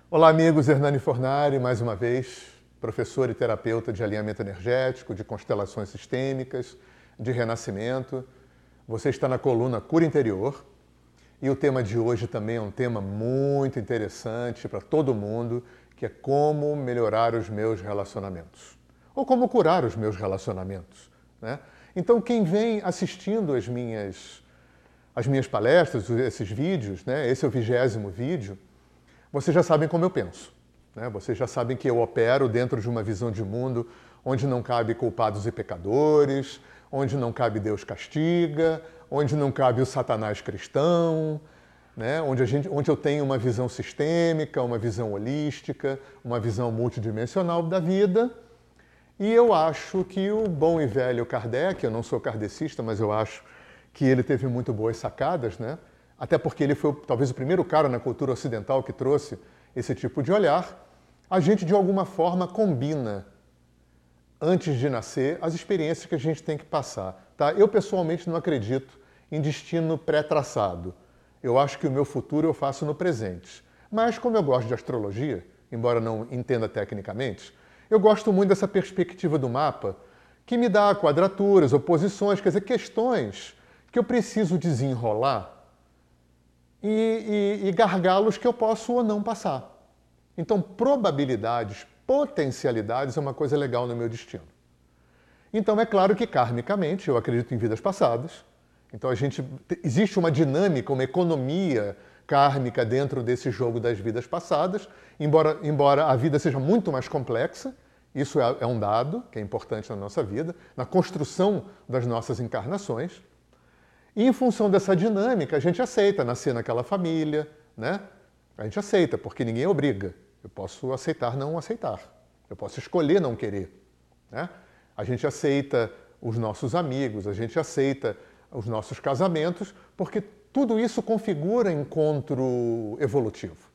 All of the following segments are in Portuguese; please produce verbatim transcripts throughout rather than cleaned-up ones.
Olá, amigos. Hernani Fornari, mais uma vez, professor e terapeuta de alinhamento energético, de constelações sistêmicas, de renascimento. Você está na coluna Cura Interior e o tema de hoje também é um tema muito interessante para todo mundo, que é como melhorar os meus relacionamentos. Ou como curar os meus relacionamentos, né? Então, quem vem assistindo as minhas, as minhas palestras, esses vídeos, né? Esse é o vigésimo vídeo, vocês já sabem como eu penso, né? Vocês já sabem que eu opero dentro de uma visão de mundo onde não cabe culpados e pecadores, onde não cabe Deus castiga, onde não cabe o Satanás cristão, né? onde, a gente, onde eu tenho uma visão sistêmica, uma visão holística, uma visão multidimensional da vida. E eu acho que o bom e velho Kardec, eu não sou kardecista, mas eu acho que ele teve muito boas sacadas, né? Até porque ele foi talvez o primeiro cara na cultura ocidental que trouxe esse tipo de olhar. A gente, de alguma forma, combina, antes de nascer, as experiências que a gente tem que passar. Tá? Eu, pessoalmente, não acredito em destino pré-traçado. Eu acho que o meu futuro eu faço no presente. Mas, como eu gosto de astrologia, embora não entenda tecnicamente, eu gosto muito dessa perspectiva do mapa, que me dá quadraturas, oposições, quer dizer, questões que eu preciso desenrolar e, e, e gargalos que eu posso ou não passar. Então, probabilidades, potencialidades é uma coisa legal no meu destino. Então, é claro que, karmicamente, eu acredito em vidas passadas. Então, a gente, existe uma dinâmica, uma economia kármica dentro desse jogo das vidas passadas, embora, embora a vida seja muito mais complexa. Isso é, é um dado que é importante na nossa vida, na construção das nossas encarnações. E, em função dessa dinâmica, a gente aceita nascer naquela família, né? A gente aceita, porque ninguém obriga. Eu posso aceitar não aceitar. Eu posso escolher não querer, né? A gente aceita os nossos amigos, a gente aceita os nossos casamentos, porque tudo isso configura encontro evolutivo.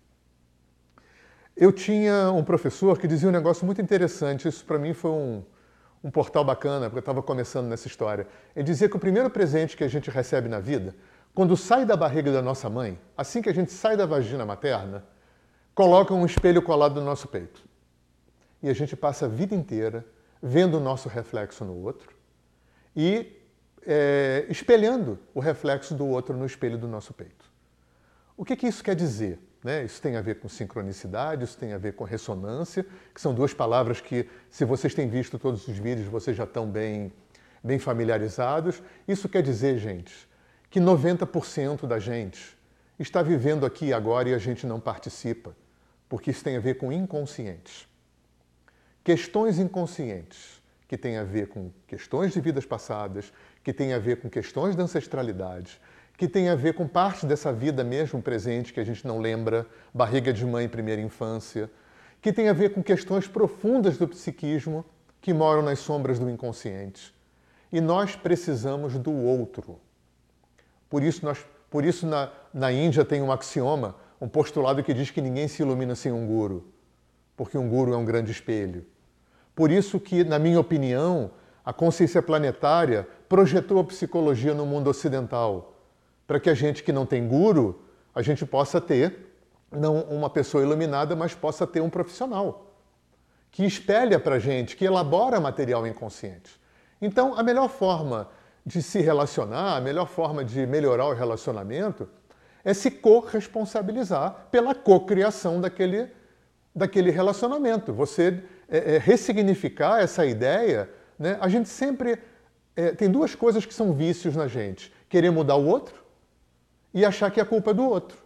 Eu tinha um professor que dizia um negócio muito interessante, isso para mim foi um, um portal bacana, porque eu estava começando nessa história. Ele dizia que o primeiro presente que a gente recebe na vida, quando sai da barriga da nossa mãe, assim que a gente sai da vagina materna, coloca um espelho colado no nosso peito. E a gente passa a vida inteira vendo o nosso reflexo no outro e é, espelhando o reflexo do outro no espelho do nosso peito. O que, que isso quer dizer? Né? Isso tem a ver com sincronicidade, isso tem a ver com ressonância, que são duas palavras que, se vocês têm visto todos os vídeos, vocês já estão bem, bem familiarizados. Isso quer dizer, gente, que noventa por cento da gente está vivendo aqui e agora e a gente não participa, porque isso tem a ver com inconscientes. Questões inconscientes, que têm a ver com questões de vidas passadas, que têm a ver com questões da ancestralidade, que têm a ver com parte dessa vida mesmo presente que a gente não lembra, barriga de mãe, primeira infância, que tem a ver com questões profundas do psiquismo que moram nas sombras do inconsciente. E nós precisamos do outro. Por isso, nós, por isso na, na Índia tem um axioma, um postulado que diz que ninguém se ilumina sem um guru, porque um guru é um grande espelho. Por isso que, na minha opinião, a consciência planetária projetou a psicologia no mundo ocidental, para que a gente que não tem guru, a gente possa ter, não uma pessoa iluminada, mas possa ter um profissional, que espelha para a gente, que elabora material inconsciente. Então, a melhor forma de se relacionar, a melhor forma de melhorar o relacionamento, é se corresponsabilizar pela cocriação daquele, daquele relacionamento. Você é, é, ressignificar essa ideia, né? A gente sempre... É, tem duas coisas que são vícios na gente. Querer mudar o outro e achar que a culpa é do outro.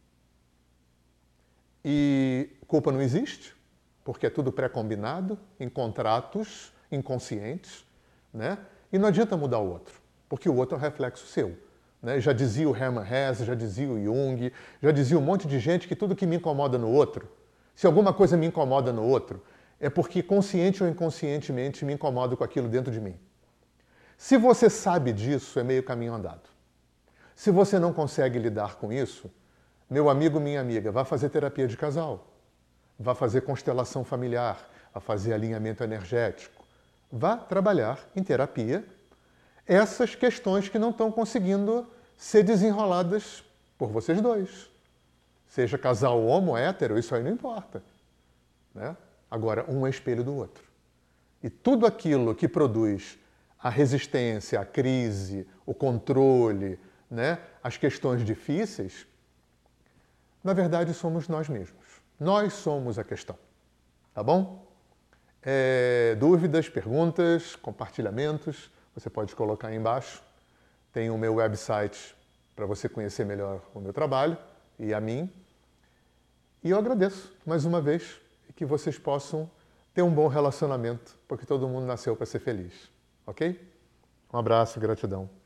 E culpa não existe, porque é tudo pré-combinado, em contratos inconscientes, né? E não adianta mudar o outro, porque o outro é um reflexo seu. Né? Já dizia o Hermann Hesse, já dizia o Jung, já dizia um monte de gente que tudo que me incomoda no outro, se alguma coisa me incomoda no outro, é porque consciente ou inconscientemente me incomodo com aquilo dentro de mim. Se você sabe disso, é meio caminho andado. Se você não consegue lidar com isso, meu amigo, minha amiga, vá fazer terapia de casal, vá fazer constelação familiar, vá fazer alinhamento energético, vá trabalhar em terapia essas questões que não estão conseguindo ser desenroladas por vocês dois. Seja casal homo, hétero, isso aí não importa. Né? Agora, um é espelho do outro. E tudo aquilo que produz a resistência, a crise, o controle, né, as questões difíceis, na verdade somos nós mesmos. Nós somos a questão. Tá bom? É, dúvidas, perguntas, compartilhamentos, você pode colocar aí embaixo. Tem o meu website para você conhecer melhor o meu trabalho e a mim. E eu agradeço mais uma vez que vocês possam ter um bom relacionamento, porque todo mundo nasceu para ser feliz. Ok? Um abraço e gratidão.